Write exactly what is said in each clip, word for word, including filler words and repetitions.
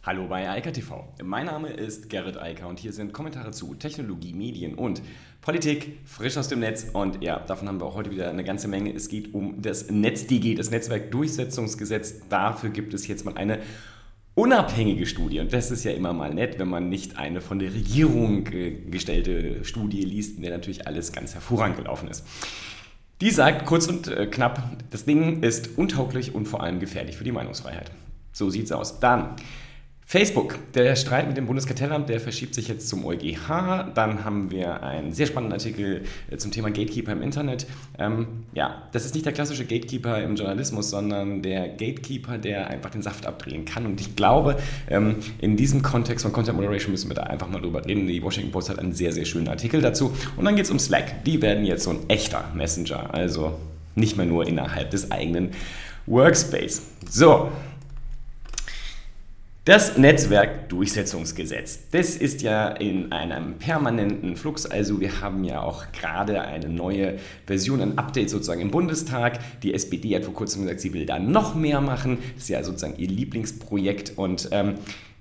Hallo bei Eika T V. Mein Name ist Gerrit Eiker und hier sind Kommentare zu Technologie, Medien und Politik, frisch aus dem Netz. Und ja, davon haben wir auch heute wieder eine ganze Menge. Es geht um das NetzDG, das Netzwerkdurchsetzungsgesetz. Dafür gibt es jetzt mal eine unabhängige Studie. Und das ist ja immer mal nett, wenn man nicht eine von der Regierung gestellte Studie liest, in der natürlich alles ganz hervorragend gelaufen ist. Die sagt kurz und knapp, das Ding ist untauglich und vor allem gefährlich für die Meinungsfreiheit. So sieht's aus. Dann Facebook, der Streit mit dem Bundeskartellamt, der verschiebt sich jetzt zum EuGH. Dann haben wir einen sehr spannenden Artikel zum Thema Gatekeeper im Internet. Ähm, ja, das ist nicht der klassische Gatekeeper im Journalismus, sondern der Gatekeeper, der einfach den Saft abdrehen kann. Und ich glaube, ähm, in diesem Kontext von Content Moderation müssen wir da einfach mal drüber reden. Die Washington Post hat einen sehr, sehr schönen Artikel dazu. Und dann geht es um Slack. Die werden jetzt so ein echter Messenger, also nicht mehr nur innerhalb des eigenen Workspace. So. Das Netzwerkdurchsetzungsgesetz, das ist ja in einem permanenten Flux, also wir haben ja auch gerade eine neue Version, ein Update sozusagen im Bundestag. Die S P D hat vor kurzem gesagt, sie will da noch mehr machen, das ist ja sozusagen ihr Lieblingsprojekt und ähm,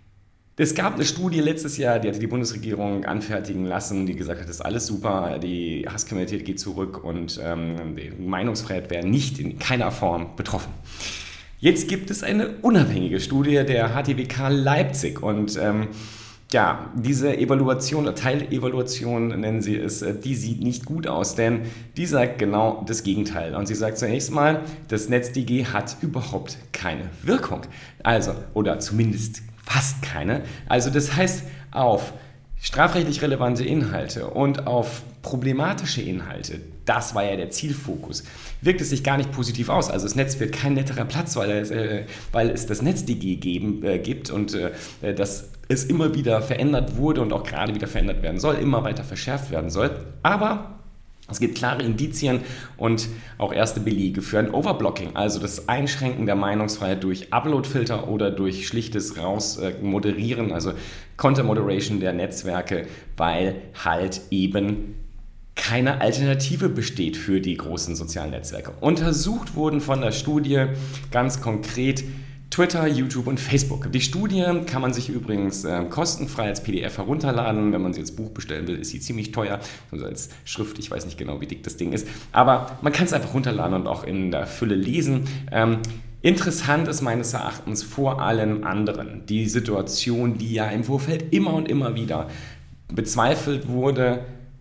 es gab eine Studie letztes Jahr, die hatte die Bundesregierung anfertigen lassen, die gesagt hat, das ist alles super, die Hasskriminalität geht zurück und ähm, die Meinungsfreiheit wäre nicht in keiner Form betroffen. Jetzt gibt es eine unabhängige Studie der H T W K Leipzig und ähm, ja, diese Evaluation, oder Teilevaluation nennen sie es, die sieht nicht gut aus, denn die sagt genau das Gegenteil. Und sie sagt zunächst mal, das NetzDG hat überhaupt keine Wirkung. Also, oder zumindest fast keine. Also das heißt, auf strafrechtlich relevante Inhalte und auf problematische Inhalte, das war ja der Zielfokus, wirkt es sich gar nicht positiv aus. Also das Netz wird kein netterer Platz, weil es, äh, weil es das NetzDG geben, äh, gibt und äh, dass es immer wieder verändert wurde und auch gerade wieder verändert werden soll, immer weiter verschärft werden soll. Aber es gibt klare Indizien und auch erste Belege für ein Overblocking, also das Einschränken der Meinungsfreiheit durch Uploadfilter oder durch schlichtes Rausmoderieren, äh, also Content Moderation der Netzwerke, weil halt eben keine Alternative besteht für die großen sozialen Netzwerke. Untersucht wurden von der Studie ganz konkret Twitter, YouTube und Facebook. Die Studie kann man sich übrigens äh, kostenfrei als P D F herunterladen. Wenn man sie als Buch bestellen will, ist sie ziemlich teuer. Also als Schrift, ich weiß nicht genau, wie dick das Ding ist. Aber man kann es einfach runterladen und auch in der Fülle lesen. Ähm, Interessant ist meines Erachtens vor allem anderen die Situation, die ja im Vorfeld immer und immer wieder bezweifelt wurde,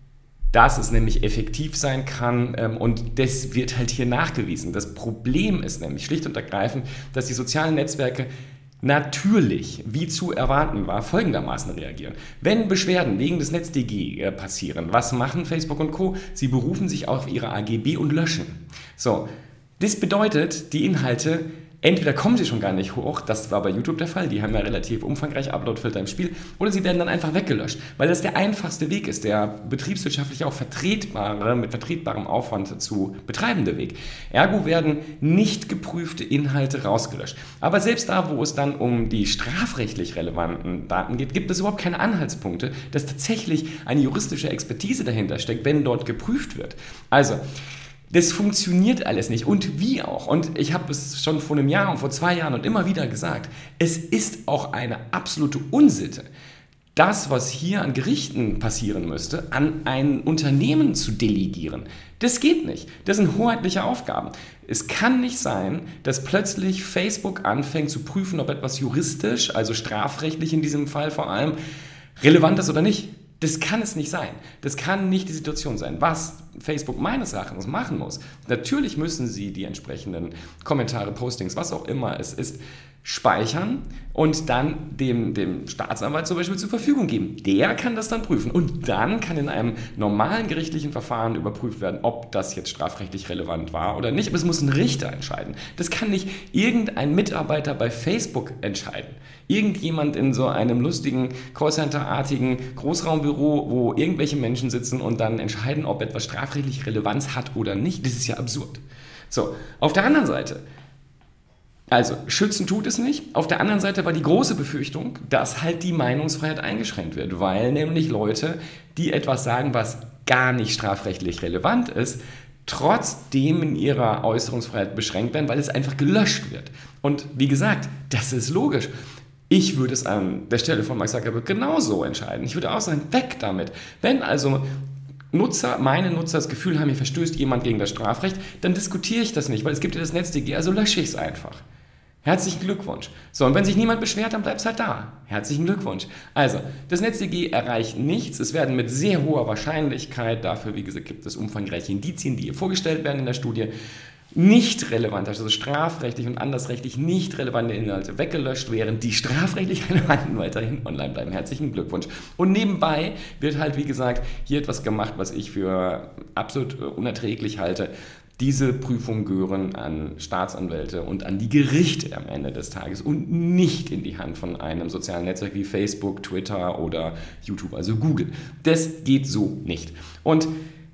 dass es nämlich effektiv sein kann ähm, und das wird halt hier nachgewiesen. Das Problem ist nämlich schlicht und ergreifend, dass die sozialen Netzwerke natürlich, wie zu erwarten war, folgendermaßen reagieren. Wenn Beschwerden wegen des NetzDG äh, passieren, was machen Facebook und Co.? Sie berufen sich auf ihre A G B und löschen. So, das bedeutet, die Inhalte entweder kommen sie schon gar nicht hoch, das war bei YouTube der Fall, die haben ja relativ umfangreich Uploadfilter im Spiel, oder sie werden dann einfach weggelöscht, weil das der einfachste Weg ist, der betriebswirtschaftlich auch vertretbare, mit vertretbarem Aufwand zu betreibende Weg. Ergo werden nicht geprüfte Inhalte rausgelöscht. Aber selbst da, wo es dann um die strafrechtlich relevanten Daten geht, gibt es überhaupt keine Anhaltspunkte, dass tatsächlich eine juristische Expertise dahinter steckt, wenn dort geprüft wird. Also, das funktioniert alles nicht und wie auch. Und ich habe es schon vor einem Jahr und vor zwei Jahren und immer wieder gesagt, es ist auch eine absolute Unsitte, das, was hier an Gerichten passieren müsste, an ein Unternehmen zu delegieren. Das geht nicht. Das sind hoheitliche Aufgaben. Es kann nicht sein, dass plötzlich Facebook anfängt zu prüfen, ob etwas juristisch, also strafrechtlich in diesem Fall vor allem, relevant ist oder nicht. Das kann es nicht sein. Das kann nicht die Situation sein. Was Facebook meines Erachtens machen muss, natürlich müssen sie die entsprechenden Kommentare, Postings, was auch immer es ist, speichern und dann dem, dem Staatsanwalt zum Beispiel zur Verfügung geben. Der kann das dann prüfen und dann kann in einem normalen gerichtlichen Verfahren überprüft werden, ob das jetzt strafrechtlich relevant war oder nicht. Aber es muss ein Richter entscheiden. Das kann nicht irgendein Mitarbeiter bei Facebook entscheiden. Irgendjemand in so einem lustigen Callcenter-artigen Großraumbüro, wo irgendwelche Menschen sitzen und dann entscheiden, ob etwas strafrechtlich Relevanz hat oder nicht. Das ist ja absurd. So, auf der anderen Seite, also schützen tut es nicht. Auf der anderen Seite war die große Befürchtung, dass halt die Meinungsfreiheit eingeschränkt wird, weil nämlich Leute, die etwas sagen, was gar nicht strafrechtlich relevant ist, trotzdem in ihrer Äußerungsfreiheit beschränkt werden, weil es einfach gelöscht wird. Und wie gesagt, das ist logisch. Ich würde es an der Stelle von Mark Zuckerberg genauso entscheiden. Ich würde auch sagen, weg damit. Wenn also Nutzer, meine Nutzer das Gefühl haben, hier verstößt jemand gegen das Strafrecht, dann diskutiere ich das nicht, weil es gibt ja das NetzDG, also lösche ich es einfach. Herzlichen Glückwunsch. So, und wenn sich niemand beschwert, dann bleibt es halt da. Herzlichen Glückwunsch. Also, das NetzDG erreicht nichts. Es werden mit sehr hoher Wahrscheinlichkeit, dafür, wie gesagt, gibt es umfangreiche Indizien, die hier vorgestellt werden in der Studie, nicht relevant, also strafrechtlich und andersrechtlich nicht relevante Inhalte weggelöscht, während die strafrechtlich relevanten weiterhin online bleiben. Herzlichen Glückwunsch. Und nebenbei wird halt, wie gesagt, hier etwas gemacht, was ich für absolut unerträglich halte. Diese Prüfungen gehören an Staatsanwälte und an die Gerichte am Ende des Tages und nicht in die Hand von einem sozialen Netzwerk wie Facebook, Twitter oder YouTube, also Google. Das geht so nicht. Und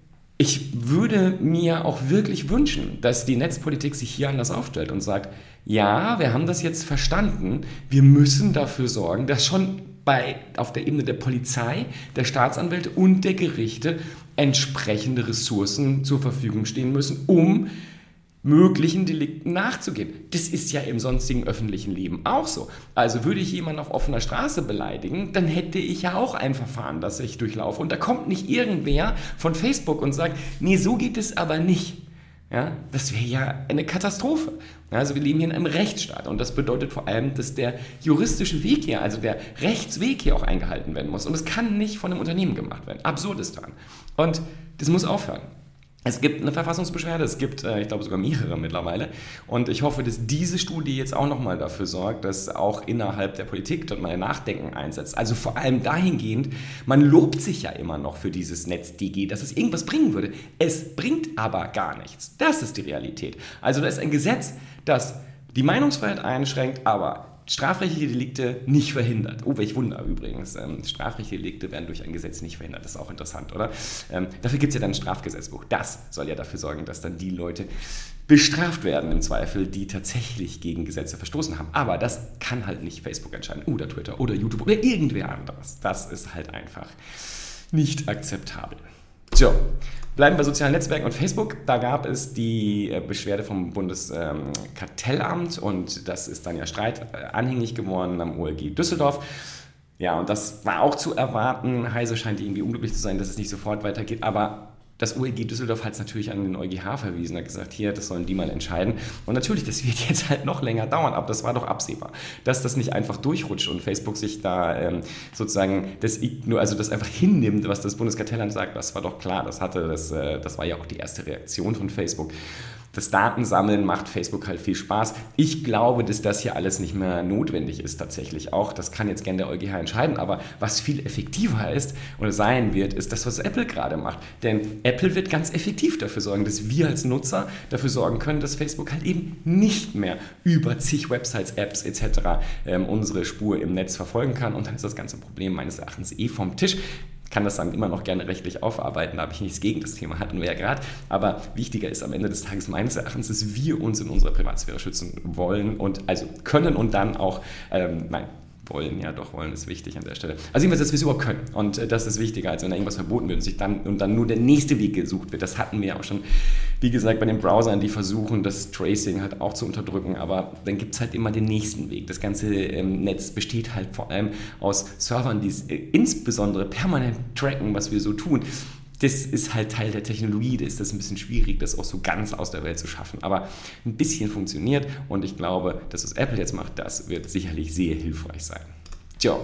ich würde mir auch wirklich wünschen, dass die Netzpolitik sich hier anders aufstellt und sagt, ja, wir haben das jetzt verstanden, wir müssen dafür sorgen, dass schon bei, auf der Ebene der Polizei, der Staatsanwälte und der Gerichte entsprechende Ressourcen zur Verfügung stehen müssen, um möglichen Delikten nachzugehen. Das ist ja im sonstigen öffentlichen Leben auch so. Also würde ich jemanden auf offener Straße beleidigen, dann hätte ich ja auch ein Verfahren, das ich durchlaufe. Und da kommt nicht irgendwer von Facebook und sagt, nee, so geht es aber nicht. Ja, das wäre ja eine Katastrophe. Also wir leben hier in einem Rechtsstaat und das bedeutet vor allem, dass der juristische Weg hier, also der Rechtsweg hier auch eingehalten werden muss. Und das kann nicht von einem Unternehmen gemacht werden. Absurdistan. Und das muss aufhören. Es gibt eine Verfassungsbeschwerde, es gibt, äh, ich glaube, sogar mehrere mittlerweile. Und ich hoffe, dass diese Studie jetzt auch nochmal dafür sorgt, dass auch innerhalb der Politik dort mal Nachdenken einsetzt. Also vor allem dahingehend, man lobt sich ja immer noch für dieses NetzDG, dass es irgendwas bringen würde. Es bringt aber gar nichts. Das ist die Realität. Also da ist ein Gesetz, das die Meinungsfreiheit einschränkt, aber strafrechtliche Delikte nicht verhindert. Oh, welch Wunder übrigens. Ähm, strafrechtliche Delikte werden durch ein Gesetz nicht verhindert. Das ist auch interessant, oder? Ähm, dafür gibt es ja dann ein Strafgesetzbuch. Das soll ja dafür sorgen, dass dann die Leute bestraft werden im Zweifel, die tatsächlich gegen Gesetze verstoßen haben. Aber das kann halt nicht Facebook entscheiden oder Twitter oder YouTube oder irgendwer anderes. Das ist halt einfach nicht akzeptabel. So, bleiben bei sozialen Netzwerken und Facebook. Da gab es die Beschwerde vom Bundeskartellamt und das ist dann ja streitanhängig geworden am O L G Düsseldorf. Ja, und das war auch zu erwarten. Heise scheint irgendwie unglücklich zu sein, dass es nicht sofort weitergeht, aber das O L G Düsseldorf hat es natürlich an den EuGH verwiesen, hat gesagt, hier, das sollen die mal entscheiden. Und natürlich, das wird jetzt halt noch länger dauern, aber das war doch absehbar, dass das nicht einfach durchrutscht und Facebook sich da ähm, sozusagen das, nur, also das einfach hinnimmt, was das Bundeskartellamt sagt, das war doch klar, das hatte das, äh, das war ja auch die erste Reaktion von Facebook. Das Datensammeln macht Facebook halt viel Spaß. Ich glaube, dass das hier alles nicht mehr notwendig ist tatsächlich auch. Das kann jetzt gerne der EuGH entscheiden, aber was viel effektiver ist oder sein wird, ist das, was Apple gerade macht. Denn Apple wird ganz effektiv dafür sorgen, dass wir als Nutzer dafür sorgen können, dass Facebook halt eben nicht mehr über zig Websites, Apps et cetera ähm, unsere Spur im Netz verfolgen kann. Und dann ist das ganze Problem meines Erachtens eh vom Tisch. Kann das dann immer noch gerne rechtlich aufarbeiten, da habe ich nichts gegen, das Thema hatten wir ja gerade, aber wichtiger ist am Ende des Tages meines Erachtens, dass wir uns in unserer Privatsphäre schützen wollen und also können und dann auch, ähm, nein, wollen, ja doch, wollen ist wichtig an der Stelle. Also jedenfalls, dass wir es überhaupt können und äh, das ist wichtiger, als wenn da irgendwas verboten wird und, sich dann, und dann nur der nächste Weg gesucht wird. Das hatten wir ja auch schon, wie gesagt, bei den Browsern, die versuchen, das Tracing halt auch zu unterdrücken, aber dann gibt es halt immer den nächsten Weg. Das ganze ähm, Netz besteht halt vor allem aus Servern, die äh, insbesondere permanent tracken, was wir so tun. Das ist halt Teil der Technologie, da ist das ein bisschen schwierig, das auch so ganz aus der Welt zu schaffen. Aber ein bisschen funktioniert und ich glaube, dass was Apple jetzt macht, das wird sicherlich sehr hilfreich sein. Tja,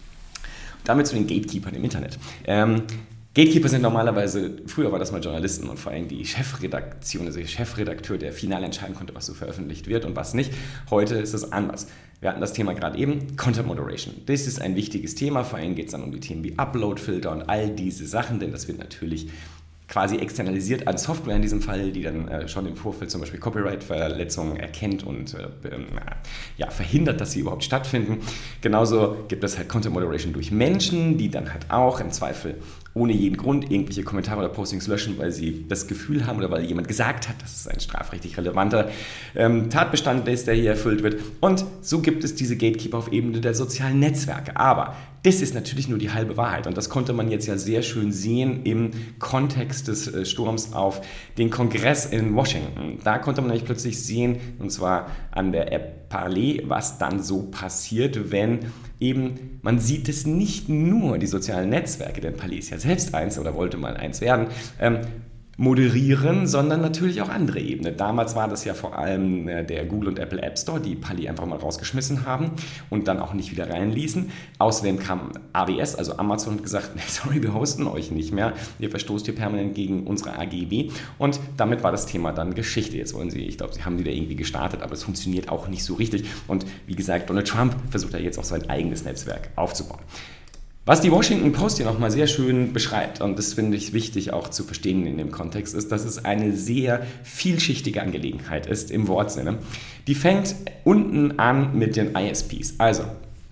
damit zu den Gatekeepern im Internet. Ähm, Gatekeeper sind normalerweise, früher war das mal Journalisten und vor allem die Chefredaktion, also der Chefredakteur, der final entscheiden konnte, was so veröffentlicht wird und was nicht. Heute ist es anders. Wir hatten das Thema gerade eben, Content Moderation. Das ist ein wichtiges Thema, vor allem geht es dann um die Themen wie Upload-Filter und all diese Sachen, denn das wird natürlich quasi externalisiert an Software in diesem Fall, die dann äh, schon im Vorfeld zum Beispiel Copyright-Verletzungen erkennt und äh, äh, ja, verhindert, dass sie überhaupt stattfinden. Genauso gibt es halt Content Moderation durch Menschen, die dann halt auch im Zweifel ohne jeden Grund irgendwelche Kommentare oder Postings löschen, weil sie das Gefühl haben oder weil jemand gesagt hat, dass es ein strafrechtlich relevanter ähm, Tatbestand ist, der hier erfüllt wird. Und so gibt es diese Gatekeeper auf Ebene der sozialen Netzwerke. Aber das ist natürlich nur die halbe Wahrheit und das konnte man jetzt ja sehr schön sehen im Kontext des äh, Sturms auf den Kongress in Washington. Da konnte man nämlich plötzlich sehen, und zwar an der App Parler, was dann so passiert, wenn eben, man sieht es nicht nur die sozialen Netzwerke, denn Parler ist ja selbst eins oder wollte mal eins werden, ähm, moderieren, sondern natürlich auch andere Ebenen. Damals war das ja vor allem äh, der Google und Apple App Store, die Parler einfach mal rausgeschmissen haben und dann auch nicht wieder reinließen. Außerdem kam A W S, also Amazon, und gesagt, nee, sorry, wir hosten euch nicht mehr. Ihr verstoßt hier permanent gegen unsere A G B. Und damit war das Thema dann Geschichte. Jetzt wollen sie, ich glaube, sie haben wieder irgendwie gestartet, aber es funktioniert auch nicht so richtig. Und wie gesagt, Donald Trump versucht ja jetzt auch sein eigenes Netzwerk aufzubauen. Was die Washington Post hier nochmal sehr schön beschreibt, und das finde ich wichtig auch zu verstehen in dem Kontext, ist, dass es eine sehr vielschichtige Angelegenheit ist im Wortsinne. Die fängt unten an mit den I S Ps, also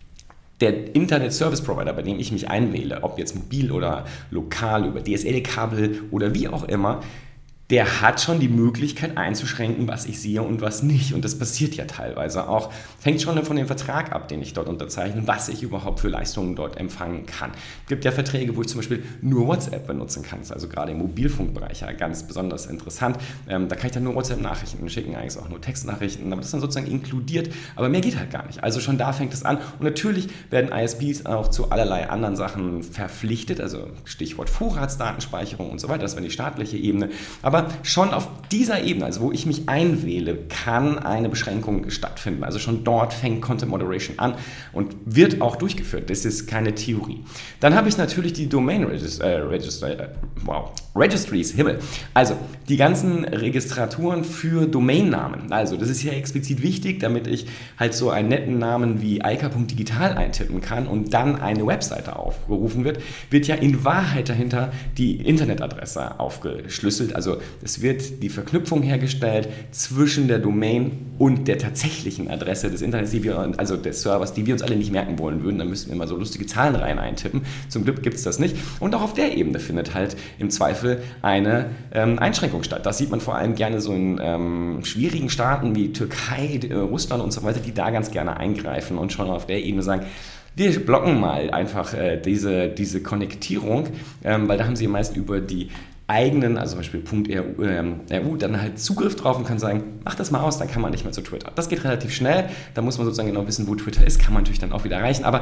der Internet Service Provider, bei dem ich mich einwähle, ob jetzt mobil oder lokal, über D S L-Kabel oder wie auch immer, der hat schon die Möglichkeit einzuschränken, was ich sehe und was nicht. Und das passiert ja teilweise auch. Hängt schon von dem Vertrag ab, den ich dort unterzeichne, was ich überhaupt für Leistungen dort empfangen kann. Es gibt ja Verträge, wo ich zum Beispiel nur WhatsApp benutzen kann. Das ist also gerade im Mobilfunkbereich ja ganz besonders interessant. Ähm, da kann ich dann nur WhatsApp-Nachrichten schicken, eigentlich auch nur Textnachrichten, aber das ist dann sozusagen inkludiert. Aber mehr geht halt gar nicht. Also schon da fängt es an. Und natürlich werden I S Ps auch zu allerlei anderen Sachen verpflichtet, also Stichwort Vorratsdatenspeicherung und so weiter. Das wäre die staatliche Ebene. Aber Aber schon auf dieser Ebene, also wo ich mich einwähle, kann eine Beschränkung stattfinden. Also schon dort fängt Content Moderation an und wird auch durchgeführt. Das ist keine Theorie. Dann habe ich natürlich die Domain Regist- äh, Registry, äh, wow, Registries, Himmel. Also die ganzen Registraturen für Domainnamen. Also das ist ja explizit wichtig, damit ich halt so einen netten Namen wie eika punkt digital eintippen kann und dann eine Webseite aufgerufen wird, wird ja in Wahrheit dahinter die Internetadresse aufgeschlüsselt. Also es wird die Verknüpfung hergestellt zwischen der Domain und der tatsächlichen Adresse des Internets, die wir, also des Servers, die wir uns alle nicht merken wollen würden. Da müssten wir immer so lustige Zahlenreihen eintippen. Zum Glück gibt es das nicht. Und auch auf der Ebene findet halt im Zweifel eine ähm, Einschränkung statt. Das sieht man vor allem gerne so in ähm, schwierigen Staaten wie Türkei, äh, Russland und so weiter, die da ganz gerne eingreifen und schon auf der Ebene sagen, wir blocken mal einfach äh, diese, diese Konnektierung, ähm, weil da haben sie meist über die eigenen, also zum Beispiel Punkt R U, ähm, R U, dann halt Zugriff drauf und kann sagen, mach das mal aus, dann kann man nicht mehr zu Twitter. Das geht relativ schnell, da muss man sozusagen genau wissen, wo Twitter ist, kann man natürlich dann auch wieder erreichen, aber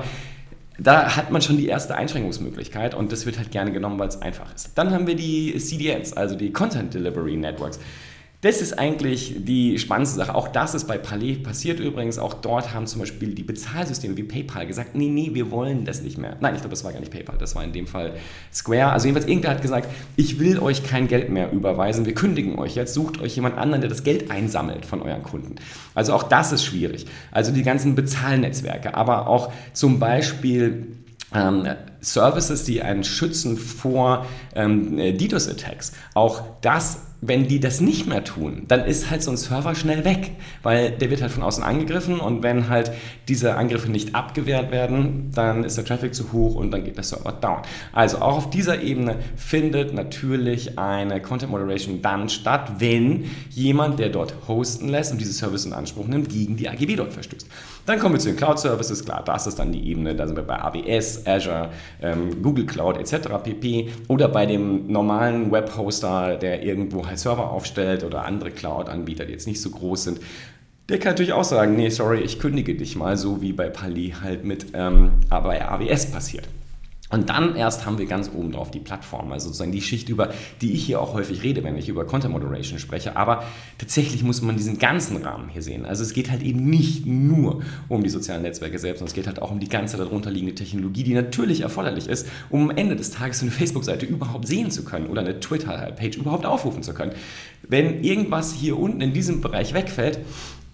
da hat man schon die erste Einschränkungsmöglichkeit und das wird halt gerne genommen, weil es einfach ist. Dann haben wir die C D Ns, also die Content Delivery Networks. Das ist eigentlich die spannendste Sache. Auch das ist bei Parler passiert übrigens. Auch dort haben zum Beispiel die Bezahlsysteme wie PayPal gesagt, nee, nee, wir wollen das nicht mehr. Nein, ich glaube, das war gar nicht PayPal, das war in dem Fall Square. Also jedenfalls, irgendwer hat gesagt, ich will euch kein Geld mehr überweisen, wir kündigen euch jetzt, sucht euch jemand anderen, der das Geld einsammelt von euren Kunden. Also auch das ist schwierig. Also die ganzen Bezahlnetzwerke, aber auch zum Beispiel Ähm, Services, die einen schützen vor ähm, DDoS-Attacks. Auch das, wenn die das nicht mehr tun, dann ist halt so ein Server schnell weg, weil der wird halt von außen angegriffen und wenn halt diese Angriffe nicht abgewehrt werden, dann ist der Traffic zu hoch und dann geht der Server down. Also auch auf dieser Ebene findet natürlich eine Content Moderation dann statt, wenn jemand, der dort hosten lässt und diese Service in Anspruch nimmt, gegen die A G B dort verstößt. Dann kommen wir zu den Cloud Services, klar, das ist dann die Ebene, da sind wir bei A W S, Azure, ähm, Google Cloud et cetera pp. Oder bei dem normalen Webhoster, der irgendwo halt Server aufstellt oder andere Cloud-Anbieter, die jetzt nicht so groß sind. Der kann natürlich auch sagen, nee, sorry, ich kündige dich mal, so wie bei Parler halt mit ähm, bei A W S passiert. Und dann erst haben wir ganz oben drauf die Plattform, also sozusagen die Schicht, über die ich hier auch häufig rede, wenn ich über Content Moderation spreche. Aber tatsächlich muss man diesen ganzen Rahmen hier sehen. Also es geht halt eben nicht nur um die sozialen Netzwerke selbst, sondern es geht halt auch um die ganze darunter liegende Technologie, die natürlich erforderlich ist, um am Ende des Tages eine Facebook-Seite überhaupt sehen zu können oder eine Twitter-Page überhaupt aufrufen zu können. Wenn irgendwas hier unten in diesem Bereich wegfällt,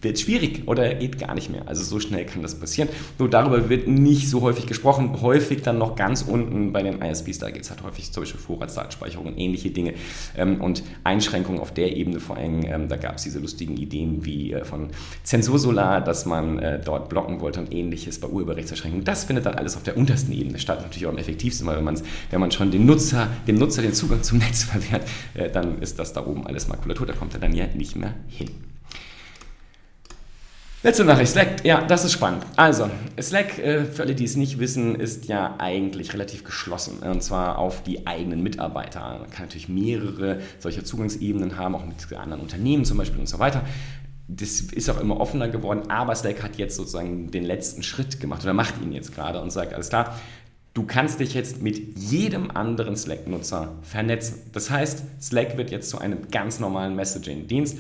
wird schwierig oder geht gar nicht mehr. Also so schnell kann das passieren. Nur darüber wird nicht so häufig gesprochen. Häufig dann noch ganz unten bei den I S Ps, da geht es halt häufig zum Beispiel Vorratsdatenspeicherung und ähnliche Dinge und Einschränkungen auf der Ebene vor allem. Da gab es diese lustigen Ideen wie von Zensur Solar, dass man dort blocken wollte und ähnliches bei Urheberrechtseinschränkungen. Das findet dann alles auf der untersten Ebene statt. Natürlich auch am effektivsten, weil wenn, man's, wenn man schon den Nutzer, dem Nutzer den Zugang zum Netz verwehrt, dann ist das da oben alles Makulatur. Da kommt er dann ja nicht mehr hin. Letzte Nachricht, Slack. Ja, das ist spannend. Also, Slack, äh, für alle, die es nicht wissen, ist ja eigentlich relativ geschlossen. Und zwar auf die eigenen Mitarbeiter. Man kann natürlich mehrere solcher Zugangsebenen haben, auch mit anderen Unternehmen zum Beispiel und so weiter. Das ist auch immer offener geworden, aber Slack hat jetzt sozusagen den letzten Schritt gemacht oder macht ihn jetzt gerade und sagt, alles klar, du kannst dich jetzt mit jedem anderen Slack-Nutzer vernetzen. Das heißt, Slack wird jetzt zu einem ganz normalen Messaging-Dienst.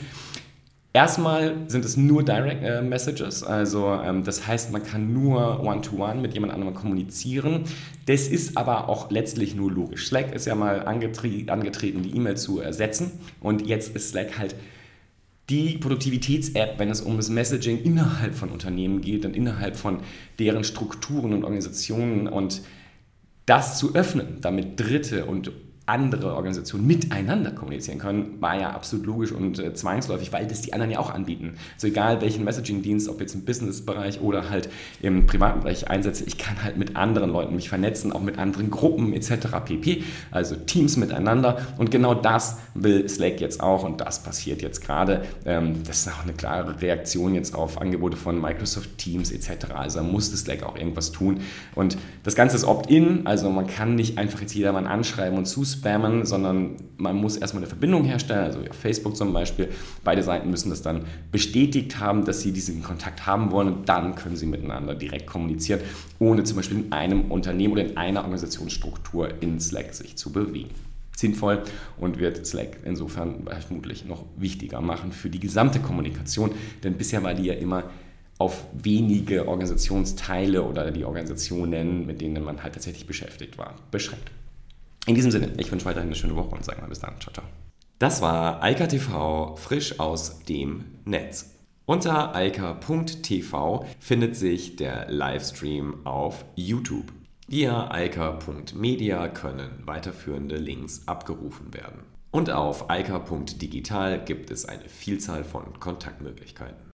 Erstmal sind es nur Direct äh, Messages, also ähm, das heißt, man kann nur One-to-One mit jemand anderem kommunizieren. Das ist aber auch letztlich nur logisch. Slack ist ja mal angetre- angetreten, die E-Mail zu ersetzen und jetzt ist Slack halt die Produktivitäts-App, wenn es um das Messaging innerhalb von Unternehmen geht und innerhalb von deren Strukturen und Organisationen und das zu öffnen, damit Dritte und andere Organisationen miteinander kommunizieren können, war ja absolut logisch und äh, zwangsläufig, weil das die anderen ja auch anbieten. Also egal welchen Messaging-Dienst, ob jetzt im Business-Bereich oder halt im privaten Bereich einsetze, ich kann halt mit anderen Leuten mich vernetzen, auch mit anderen Gruppen et cetera pp. Also Teams miteinander und genau das will Slack jetzt auch und das passiert jetzt gerade. Ähm, das ist auch eine klare Reaktion jetzt auf Angebote von Microsoft Teams et cetera. Also da musste Slack auch irgendwas tun und das Ganze ist Opt-in, also man kann nicht einfach jetzt jedermann anschreiben und zu spammen, sondern man muss erstmal eine Verbindung herstellen, also auf Facebook zum Beispiel. Beide Seiten müssen das dann bestätigt haben, dass sie diesen Kontakt haben wollen und dann können sie miteinander direkt kommunizieren, ohne zum Beispiel in einem Unternehmen oder in einer Organisationsstruktur in Slack sich zu bewegen. Sinnvoll und wird Slack insofern vermutlich noch wichtiger machen für die gesamte Kommunikation, denn bisher war die ja immer auf wenige Organisationsteile oder die Organisationen, mit denen man halt tatsächlich beschäftigt war, beschränkt. In diesem Sinne, ich wünsche weiterhin eine schöne Woche und sage mal bis dann. Ciao, ciao. Das war Eika T V frisch aus dem Netz. Unter eika punkt t v findet sich der Livestream auf YouTube. Via eika punkt media können weiterführende Links abgerufen werden. Und auf eika punkt digital gibt es eine Vielzahl von Kontaktmöglichkeiten.